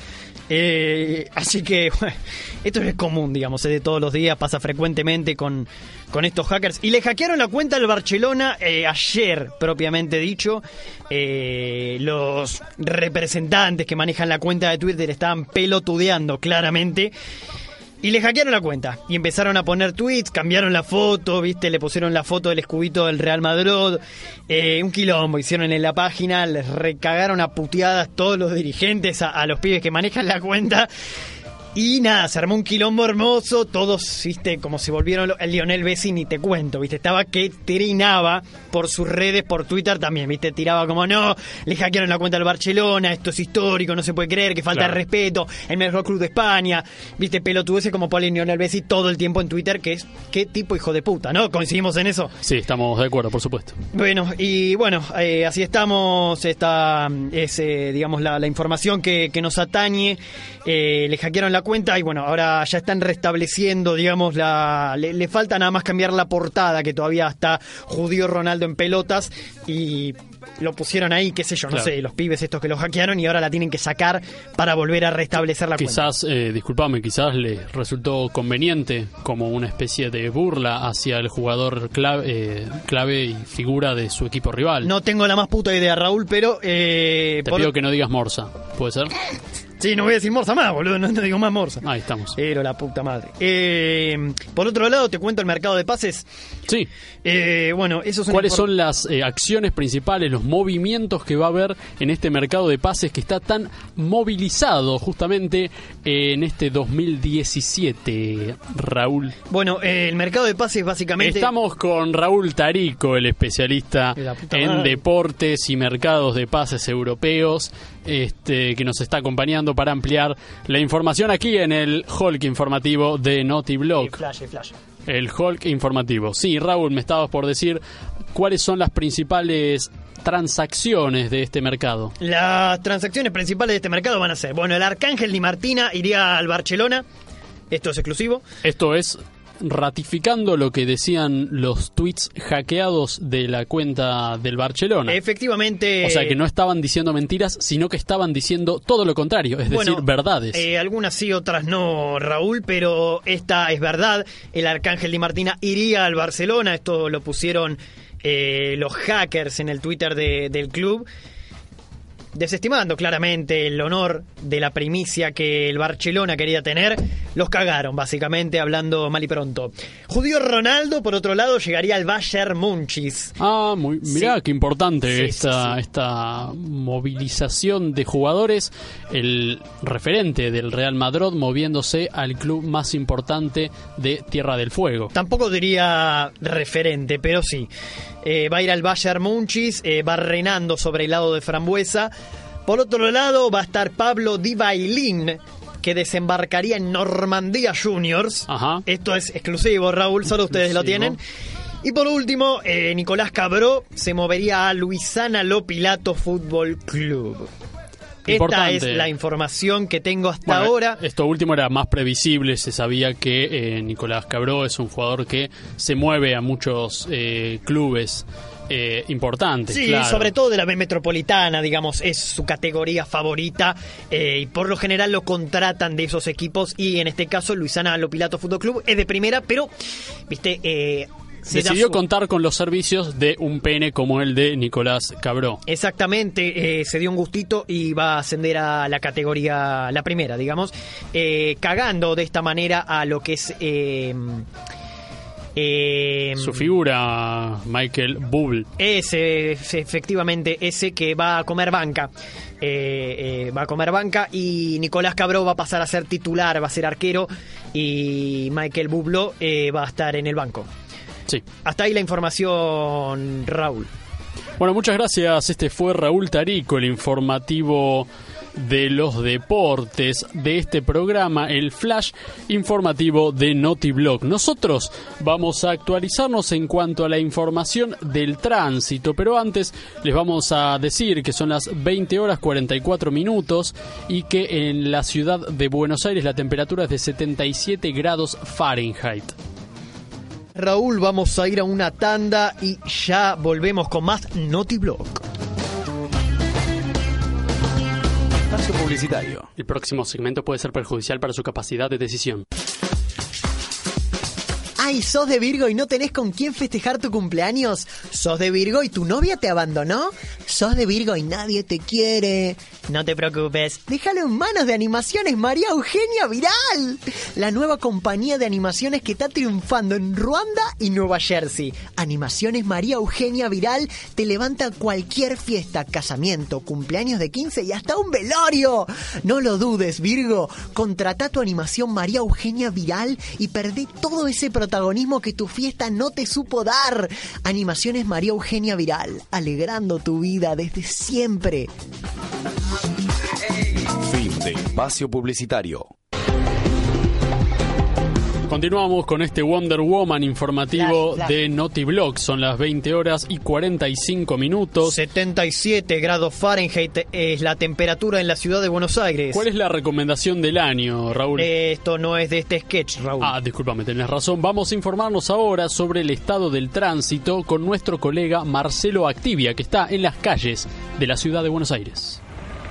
E: Eh, así que bueno, esto es común, digamos, es de todos los días, pasa frecuentemente con, con estos hackers. Y le hackearon la cuenta al Barcelona eh, ayer, propiamente dicho. Eh, los representantes que manejan la cuenta de Twitter estaban pelotudeando claramente. Y le hackearon la cuenta y empezaron a poner tweets, cambiaron la foto, viste, le pusieron la foto del escudito del Real Madrid, eh, un quilombo hicieron en la página, les recagaron a puteadas todos los dirigentes, a, a los pibes que manejan la cuenta. Y nada, se armó un quilombo hermoso, todos, viste, como se volvieron el Lionel Messi, ni te cuento, viste, estaba que trinaba por sus redes, por Twitter también, viste, tiraba como, no, le hackearon la cuenta al Barcelona, esto es histórico, no se puede creer, que falta
C: Claro.
E: de respeto, el mejor club de España, viste, pelotudeces como pone Lionel Messi todo el tiempo en Twitter, que es, qué tipo hijo de puta, ¿no? ¿Coincidimos en eso?
C: Sí, estamos de acuerdo, por supuesto.
E: Bueno, y bueno, eh, así estamos, esta es, eh, digamos, la, la información que, que nos atañe. Eh, le hackearon la cuenta y bueno, ahora ya están restableciendo, digamos, la le, le falta nada más cambiar la portada, que todavía está Judío Ronaldo en pelotas, y lo pusieron ahí, qué sé yo, no
C: Claro.
E: sé, los pibes estos que lo hackearon, y ahora la tienen que sacar para volver a restablecer la cuenta.
C: Quizás, eh, disculpame, quizás les resultó conveniente como una especie de burla hacia el jugador clave, eh, clave y figura de su equipo rival.
E: No tengo la más puta idea, Raúl, pero... Eh,
C: Te
E: por-
C: pido que no digas Morsa, ¿puede ser?
E: Sí, no voy a decir Morsa más, boludo, no, no digo más Morsa.
C: Ahí estamos.
E: Pero la puta madre. Eh, por otro lado, te cuento el mercado de pases.
C: Sí.
E: Eh, bueno, eso es una
C: ¿Cuáles
E: infor-
C: son las eh, acciones principales, los movimientos que va a haber en este mercado de pases que está tan movilizado justamente eh, en este dos mil diecisiete, Raúl?
E: Bueno, eh, el mercado de pases básicamente...
C: Estamos con Raúl Tarico, el especialista
E: De la puta
C: en
E: madre.
C: deportes y mercados de pases europeos, este, que nos está acompañando para ampliar la información aquí en el Hulk informativo de
E: Eh,
C: NotiBlog.
E: flash, eh, flash.
C: El Hulk informativo. Sí, Raúl, me estabas por decir cuáles son las principales transacciones de este mercado.
E: Las transacciones principales de este mercado van a ser... Bueno, el Arcángel Di Martina iría al Barcelona. Esto es exclusivo.
C: Esto es ratificando lo que decían los tweets hackeados de la cuenta del Barcelona.
E: Efectivamente...
C: O sea, que no estaban diciendo mentiras, sino que estaban diciendo todo lo contrario, es
E: Bueno,
C: decir, verdades.
E: eh, algunas sí, otras no, Raúl, pero esta es verdad. El Arcángel Di Martina iría al Barcelona. Esto lo pusieron eh, los hackers en el Twitter de- del club, desestimando claramente el honor de la primicia que el Barcelona quería tener. Los cagaron, básicamente, hablando mal y pronto. Judío Ronaldo, por otro lado, llegaría al Bayern Múnich.
C: Ah, muy, mirá
E: Sí.
C: qué importante
E: Sí,
C: esta,
E: sí, sí.
C: esta movilización de jugadores. El referente del Real Madrid moviéndose al club más importante de Tierra del Fuego.
E: Tampoco diría referente, pero sí. Eh, va a ir al Bayern Múnich, eh, va renando sobre el lado de Frambuesa. Por otro lado, va a estar Pablo Di Bailín, que desembarcaría en Normandía Juniors.
C: Ajá.
E: Esto es exclusivo, Raúl, solo ustedes lo
C: Exclusivo.
E: tienen. Y por último, eh, Nicolás Cabró se movería a Luisana Lopilato Fútbol Club. Esta
C: Importante.
E: es la información que tengo hasta
C: Bueno,
E: ahora.
C: Esto último era más previsible, se sabía que eh, Nicolás Cabró es un jugador que se mueve a muchos eh, clubes eh, importantes.
E: Sí,
C: claro.
E: sobre todo de la B metropolitana, digamos, es su categoría favorita, eh, y por lo general lo contratan de esos equipos, y en este caso Luisana Lopilato Fútbol Club es de primera, pero, viste, eh, se da
C: Decidió
E: su-
C: contar con los servicios de un pene como el de Nicolás Cabró.
E: Exactamente, eh, se dio un gustito y va a ascender a la categoría, la primera, digamos, eh, cagando de esta manera a lo que es... Eh, eh,
C: Su figura, Michael Bublé.
E: Ese, ese, efectivamente, ese que va a comer banca. Eh, eh, va a comer banca, y Nicolás Cabró va a pasar a ser titular, va a ser arquero, y Michael Bublé eh, va a estar en el banco.
C: Sí.
E: Hasta ahí la información, Raúl.
C: Bueno, muchas gracias. Este fue Raúl Tarico, el informativo de los deportes de este programa, el flash informativo de Notiblog. Nosotros vamos a actualizarnos en cuanto a la información del tránsito, pero antes les vamos a decir que son las veinte horas cuarenta y cuatro minutos y que en la ciudad de Buenos Aires la temperatura es de setenta y siete grados Fahrenheit.
E: Raúl, vamos a ir a una tanda y ya volvemos con más Notiblog.
B: Espacio publicitario.
C: El próximo segmento puede ser perjudicial para su capacidad de decisión.
D: Ay, ¿sos de Virgo y no tenés con quién festejar tu cumpleaños? ¿Sos de Virgo y tu novia te abandonó? ¿Sos de Virgo y nadie te quiere? No te preocupes, déjalo en manos de Animaciones María Eugenia Viral, la nueva compañía de animaciones que está triunfando en Ruanda y Nueva Jersey. Animaciones María Eugenia Viral te levanta cualquier fiesta, casamiento, cumpleaños de quince y hasta un velorio. No lo dudes, Virgo, contrata tu Animación María Eugenia Viral y perdé todo ese protagonismo que tu fiesta no te supo dar. Animaciones María Eugenia Viral, alegrando tu vida desde siempre.
B: Fin de espacio publicitario.
C: Continuamos con este Wonder Woman informativo
D: Flash, flash.
C: de Notiblog. Son las veinte horas y cuarenta y cinco minutos.
E: setenta y siete grados Fahrenheit es la temperatura en la ciudad de Buenos Aires.
C: ¿Cuál es la recomendación del año, Raúl?
E: Eh, Esto no es de este sketch, Raúl.
C: Ah, discúlpame, tenés razón. Vamos a informarnos ahora sobre el estado del tránsito con nuestro colega Marcelo Activia, que está en las calles de la ciudad de Buenos Aires.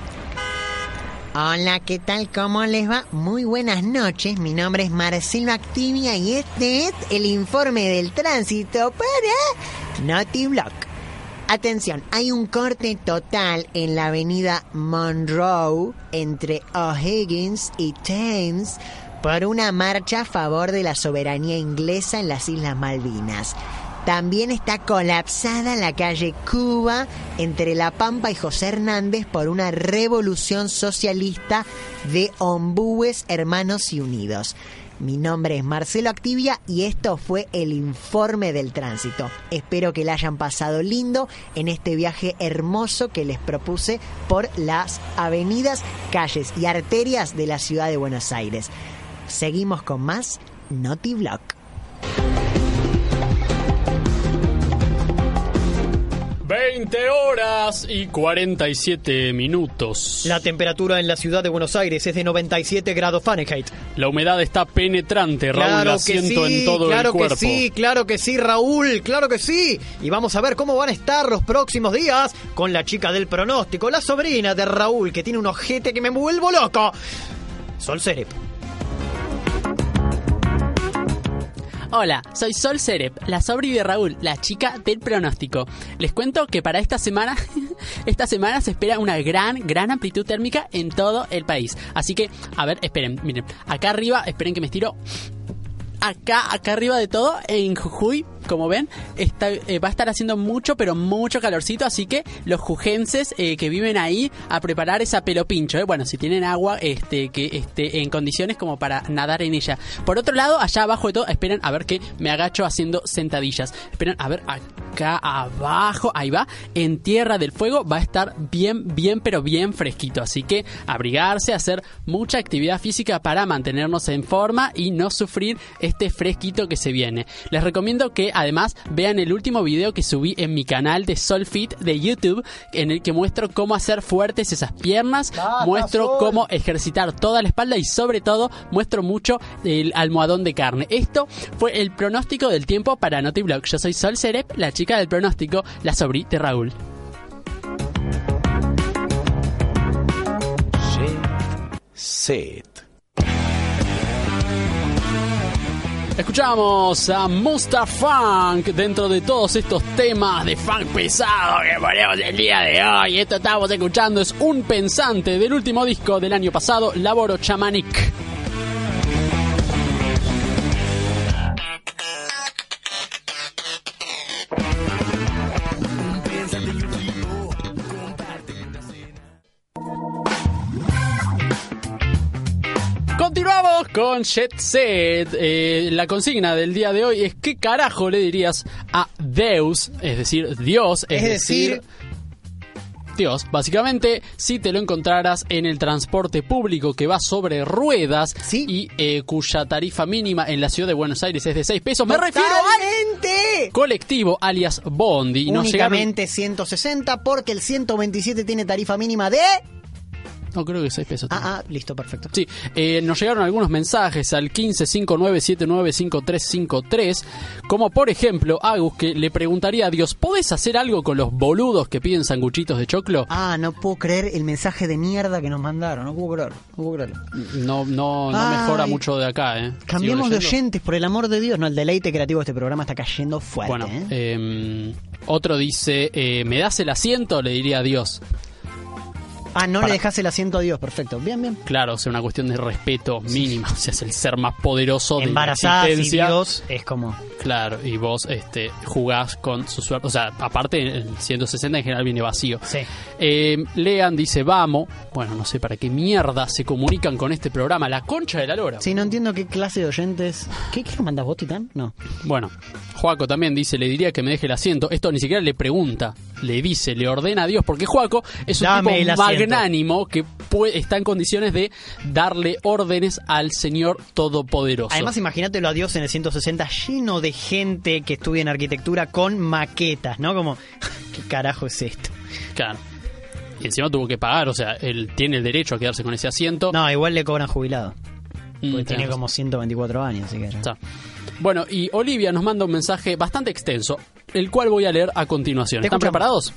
D: Hola, ¿qué tal? ¿Cómo les va? Muy buenas noches, mi nombre es Marcelo Activia y este es el informe del tránsito para Notiblog. Atención, hay un corte total en la avenida Monroe entre O'Higgins y Thames por una marcha a favor de la soberanía inglesa en las Islas Malvinas. También está colapsada la calle Cuba entre La Pampa y José Hernández por una revolución socialista de Ombúes Hermanos y Unidos. Mi nombre es Marcelo Activia y esto fue el informe del tránsito. Espero que la hayan pasado lindo en este viaje hermoso que les propuse por las avenidas, calles y arterias de la ciudad de Buenos Aires. Seguimos con más Notiblog.
C: veinte horas y cuarenta y siete minutos.
E: La temperatura en la ciudad de Buenos Aires es de noventa y siete grados Fahrenheit.
C: La humedad está penetrante, Raúl,
E: Claro
C: la
E: que
C: siento
E: sí,
C: en todo
E: claro
C: el cuerpo.
E: que sí, claro que sí, Raúl, claro que sí. Y vamos a ver cómo van a estar los próximos días con la chica del pronóstico, la sobrina de Raúl, que tiene un ojete que me vuelvo loco. Sol Cerep.
C: Hola, soy Sol Cerep, la sobri de Raúl, la chica del pronóstico. Les cuento que para esta semana, esta semana se espera una gran, gran amplitud térmica en todo el país. Así que, a ver, esperen, miren, acá arriba, esperen que me estiro. Acá, acá arriba de todo, en Jujuy, como ven, está, eh, va a estar haciendo mucho, pero mucho calorcito, así que los jujenses eh, que viven ahí a preparar esa pelo pincho, ¿eh? Bueno, si tienen agua este, que esté en condiciones como para nadar en ella. Por otro lado, allá abajo de todo, esperen a ver que me agacho haciendo sentadillas. Esperen a ver acá abajo, ahí va, en Tierra del Fuego va a estar bien, bien, pero bien fresquito, así que abrigarse, hacer mucha actividad física para mantenernos en forma y no sufrir este fresquito que se viene. Les recomiendo que además vean el último video que subí en mi canal de Solfit de YouTube, en el que muestro cómo hacer fuertes esas piernas,
E: Bata,
C: muestro
E: Sol.
C: cómo ejercitar toda la espalda y sobre todo muestro mucho el almohadón de carne. Esto fue el pronóstico del tiempo para Notiblog. Yo soy Sol Cerep, la chica del pronóstico, la sobri de Raúl.
B: Set.
C: Escuchamos a Mustafunk dentro de todos estos temas de funk pesado que ponemos el día de hoy. Esto estamos escuchando es Un Pensante del último disco del año pasado, Laboro Chamanic. Continuamos con Jet Set. Eh, la consigna del día de hoy es ¿qué carajo le dirías a Deus? Es decir, Dios. Es,
E: Es decir,
C: Dios, básicamente, si te lo encontraras en el transporte público que va sobre ruedas
E: Sí.
C: y eh, cuya tarifa mínima en la ciudad de Buenos Aires es de seis pesos, me refiero al
E: ¡Totalmente!
C: colectivo alias Bondi. Y nos llegaron-
E: Únicamente ciento sesenta porque el ciento veintisiete tiene tarifa mínima de...
C: No, creo que seis pesos.
E: Ah, ah, listo, perfecto.
C: Sí, eh, nos llegaron algunos mensajes al quince cincuenta y nueve setenta y nueve cincuenta y tres cincuenta y tres, como por ejemplo Agus, que le preguntaría a Dios, ¿podés hacer algo con los boludos que piden sanguchitos de choclo?
E: Ah, no puedo creer el mensaje de mierda que nos mandaron, no puedo creer, no puedo creerlo.
C: No, no, no
E: Ay.
C: mejora mucho de acá, ¿eh?
E: Cambiemos
C: Sigo
E: de
C: leyendo.
E: oyentes, por el amor de Dios. No, el deleite creativo de este programa está cayendo fuerte,
C: Bueno,
E: ¿eh?
C: eh, otro dice, eh, ¿me das el asiento? Le diría a Dios.
E: Ah, no
C: para-
E: le dejas el asiento a Dios, perfecto. Bien, bien.
C: Claro, o sea, una cuestión de respeto mínimo. O sea, es el ser más poderoso de
E: Embarazada
C: la
E: y
C: existencia.
E: Dios es como...
C: Claro, y vos este, jugás con su suerte. O sea, aparte, el ciento sesenta en general viene vacío.
E: Sí.
C: Eh, Lean dice, vamos. Bueno, no sé para qué mierda se comunican con este programa. La concha de la lora.
E: Sí, no entiendo qué clase de oyentes... ¿Qué, qué lo mandas vos, Titán? No.
C: Bueno, Joaco también dice, le diría que me deje el asiento. Esto ni siquiera le pregunta, le dice, le ordena a Dios, porque Joaco es un
E: Dame el
C: tipo
E: asiento.
C: magnánimo que puede, está en condiciones de darle órdenes al Señor Todopoderoso.
E: Además, imagínatelo a Dios en el ciento sesenta lleno de gente que estudia en arquitectura con maquetas, ¿no? Como, ¿qué carajo es esto?
C: Claro. Y encima tuvo que pagar, o sea, él tiene el derecho a quedarse con ese asiento.
E: No, igual le cobran jubilado.
C: Mm,
E: Porque
C: tenés
E: tiene
C: razón.
E: como ciento veinticuatro años, así que...
C: Está. Bueno, y Olivia nos manda un mensaje bastante extenso, el cual voy a leer a continuación.
E: Te
C: ¿Están
E: escuchamos.
C: preparados?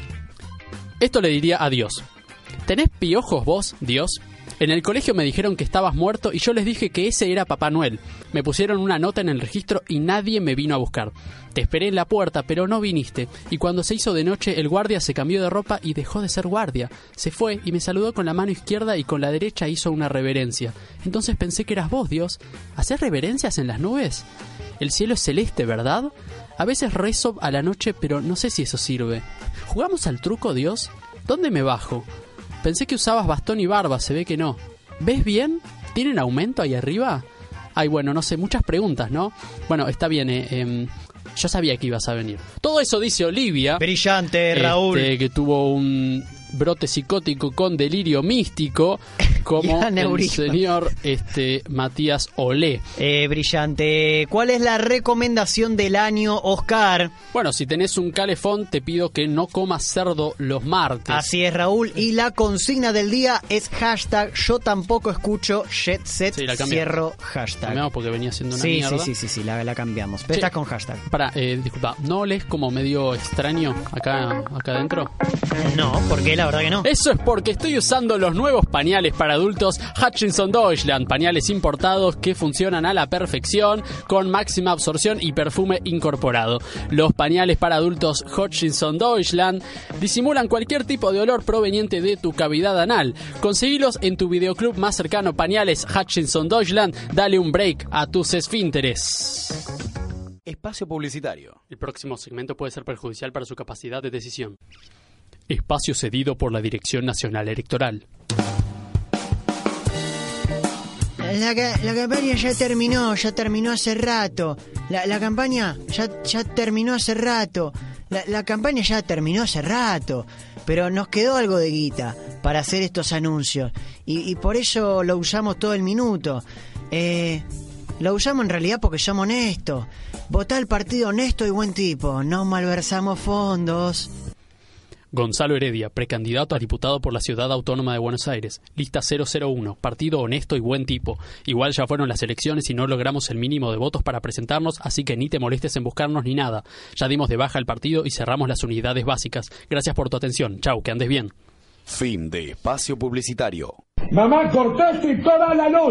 C: Esto le diría a Dios. ¿Tenés piojos vos, Dios? En el colegio me dijeron que estabas muerto y yo les dije que ese era Papá Noel. Me pusieron una nota en el registro y nadie me vino a buscar. Te esperé en la puerta, pero no viniste. Y cuando se hizo de noche, el guardia se cambió de ropa y dejó de ser guardia. Se fue y me saludó con la mano izquierda y con la derecha hizo una reverencia. Entonces pensé que eras vos, Dios. ¿Hacer reverencias en las nubes? El cielo es celeste, ¿verdad? A veces rezo a la noche, pero no sé si eso sirve. ¿Jugamos al truco, Dios? ¿Dónde me bajo? Pensé que usabas bastón y barba, se ve que no. ¿Ves bien? ¿Tienen aumento ahí arriba? Ay, bueno, no sé, muchas preguntas, ¿no? Bueno, está bien, eh, eh, yo sabía que ibas a venir. Todo eso dice Olivia.
E: Brillante, Raúl.
C: Este, que tuvo un brote psicótico con delirio místico, como
E: Y
C: el
E: aneurisma.
C: señor este, Matías Olé.
E: Eh, brillante. ¿Cuál es la recomendación del año, Oscar?
C: Bueno, si tenés un calefón, te pido que no comas cerdo los martes.
E: Así es, Raúl. Y la consigna del día es hashtag yo tampoco escucho Jet Set.
C: Sí, la cambiamos.
E: Cierro hashtag.
C: Cambiamos porque venía siendo una
E: Sí,
C: mierda.
E: sí, sí, sí, sí, la, la cambiamos. Pero
C: Che.
E: estás con hashtag.
C: Para, eh, disculpa, ¿no lees como medio extraño acá, acá adentro?
E: No, porque la verdad que no.
C: Eso es porque estoy usando los nuevos pañales para adultos Hutchinson Deutschland, pañales importados que funcionan a la perfección con máxima absorción y perfume incorporado. Los pañales para adultos Hutchinson Deutschland disimulan cualquier tipo de olor proveniente de tu cavidad anal. Conseguilos en tu videoclub más cercano. Pañales Hutchinson Deutschland, dale un break a tus esfínteres.
F: Espacio publicitario.
C: El próximo segmento puede ser perjudicial para su capacidad de decisión. Espacio cedido por la Dirección Nacional Electoral.
E: La, ca- la campaña ya terminó, ya terminó hace rato. La, la campaña ya, ya terminó hace rato. La, la campaña ya terminó hace rato. Pero nos quedó algo de guita para hacer estos anuncios. Y, y por eso lo usamos todo el minuto. Eh, lo usamos en realidad porque somos honestos. Votá al partido honesto y buen tipo. No malversamos fondos.
C: Gonzalo Heredia, precandidato a diputado por la Ciudad Autónoma de Buenos Aires. Lista cero cero uno, partido honesto y buen tipo. Igual ya fueron las elecciones y no logramos el mínimo de votos para presentarnos, así que ni te molestes en buscarnos ni nada. Ya dimos de baja el partido y cerramos las unidades básicas. Gracias por tu atención. Chau, que andes bien.
F: Fin de espacio publicitario.
G: Mamá, cortaste toda la luz.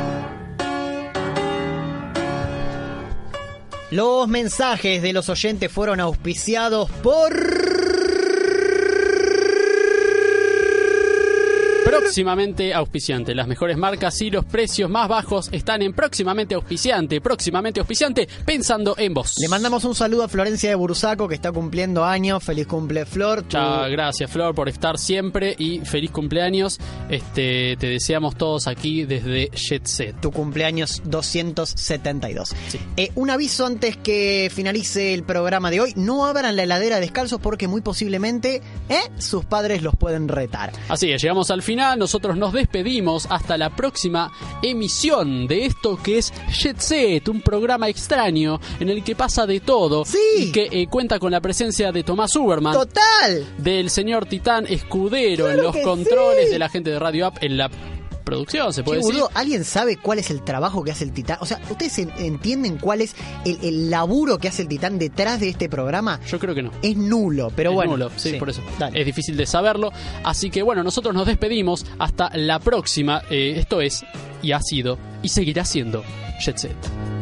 E: Los mensajes de los oyentes fueron auspiciados por...
C: Próximamente Auspiciante. Las mejores marcas y los precios más bajos están en Próximamente Auspiciante. Próximamente Auspiciante, pensando en vos.
E: Le mandamos un saludo a Florencia de Bursaco, que está cumpliendo años. Feliz cumple, Flor. Tu...
C: Chao, gracias, Flor, por estar siempre y feliz cumpleaños. Este, te deseamos todos aquí desde Jet Set.
E: Tu cumpleaños doscientos setenta y dos.
C: Sí.
E: Eh, un aviso antes que finalice el programa de hoy. No abran la heladera descalzos porque muy posiblemente ¿eh? sus padres los pueden retar.
C: Así es, llegamos al final. Nosotros nos despedimos hasta la próxima emisión de esto que es Jet Set, un programa extraño en el que pasa de todo.
E: Sí.
C: Y que eh, cuenta con la presencia de Tomás Uberman.
E: ¡Total!
C: Del señor Titán Escudero
E: Claro
C: en los
E: que
C: controles
E: sí.
C: de la gente de Radio App en la producción, se puede
E: Che,
C: decir.
E: boludo, ¿alguien sabe cuál es el trabajo que hace el Titán? O sea, ¿ustedes en- entienden cuál es el, el laburo que hace el Titán detrás de este programa?
C: Yo creo que no.
E: Es nulo, pero
C: Es
E: bueno.
C: nulo, sí, por eso.
E: Dale.
C: Es difícil de saberlo. Así que bueno, nosotros nos despedimos hasta la próxima. Eh, esto es, y ha sido, y seguirá siendo Jet Set.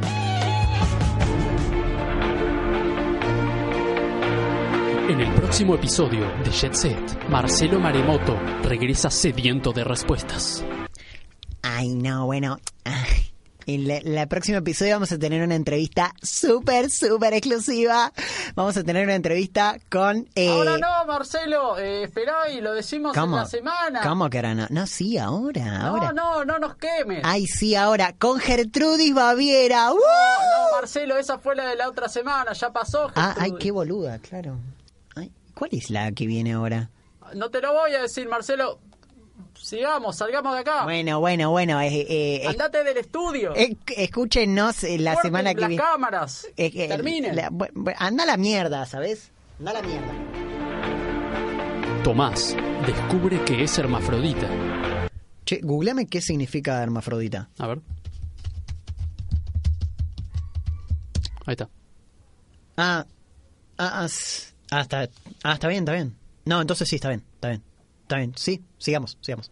C: En el próximo episodio de Jet Set, Marcelo Maremoto regresa sediento de respuestas.
E: Ay, no, bueno. Ay, en la, la próximo episodio vamos a tener una entrevista súper, súper exclusiva. Vamos a tener una entrevista con... Eh,
C: Ahora no, Marcelo, eh, esperá y lo decimos
E: ¿Cómo?
C: en la semana.
E: ¿Cómo que ahora no? No, sí, ahora, ahora.
C: No, no, no nos quemes.
E: Ay, sí, ahora. Con Gertrudis Baviera. ¡Uh!
C: No, Marcelo, esa fue la de la otra semana, ya pasó.
E: Ah,
C: Gertrudis.
E: ay, qué boluda, claro. Ay, ¿cuál es la que viene ahora?
C: No te lo voy a decir, Marcelo. Sigamos, salgamos de acá.
E: Bueno, bueno, bueno. Eh, eh,
C: Andate del estudio.
E: eh, escúchenos eh, la
C: Corten
E: semana que
C: las
E: viene.
C: cámaras.
E: Eh, eh,
C: Terminen.
E: la- bu- bu- anda a la mierda, ¿sabes? Anda a la mierda.
C: Tomás descubre que es hermafrodita.
E: Che, googleame qué significa hermafrodita.
C: A ver. Ahí está.
E: Ah, ah, ah, s- ah, está, ah, está bien, está bien. No, entonces sí, está bien, está bien. Está bien, sí, sigamos, sigamos.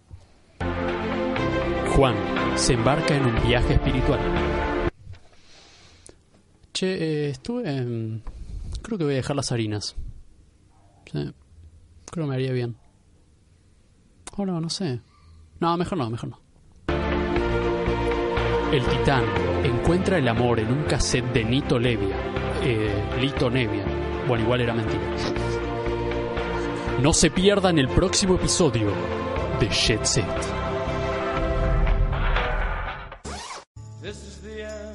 C: Juan se embarca en un viaje espiritual. Che, eh, estuve... en- Creo que voy a dejar las harinas. Sí. Creo que me haría bien. O no, no sé. No, mejor no, mejor no. El Titán encuentra el amor en un cassette de Nito Levia. Eh, Lito Nevia. Bueno, igual era mentira. No se pierdan el próximo episodio de Jet Set.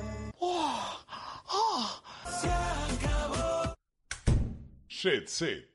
H: Jet Set.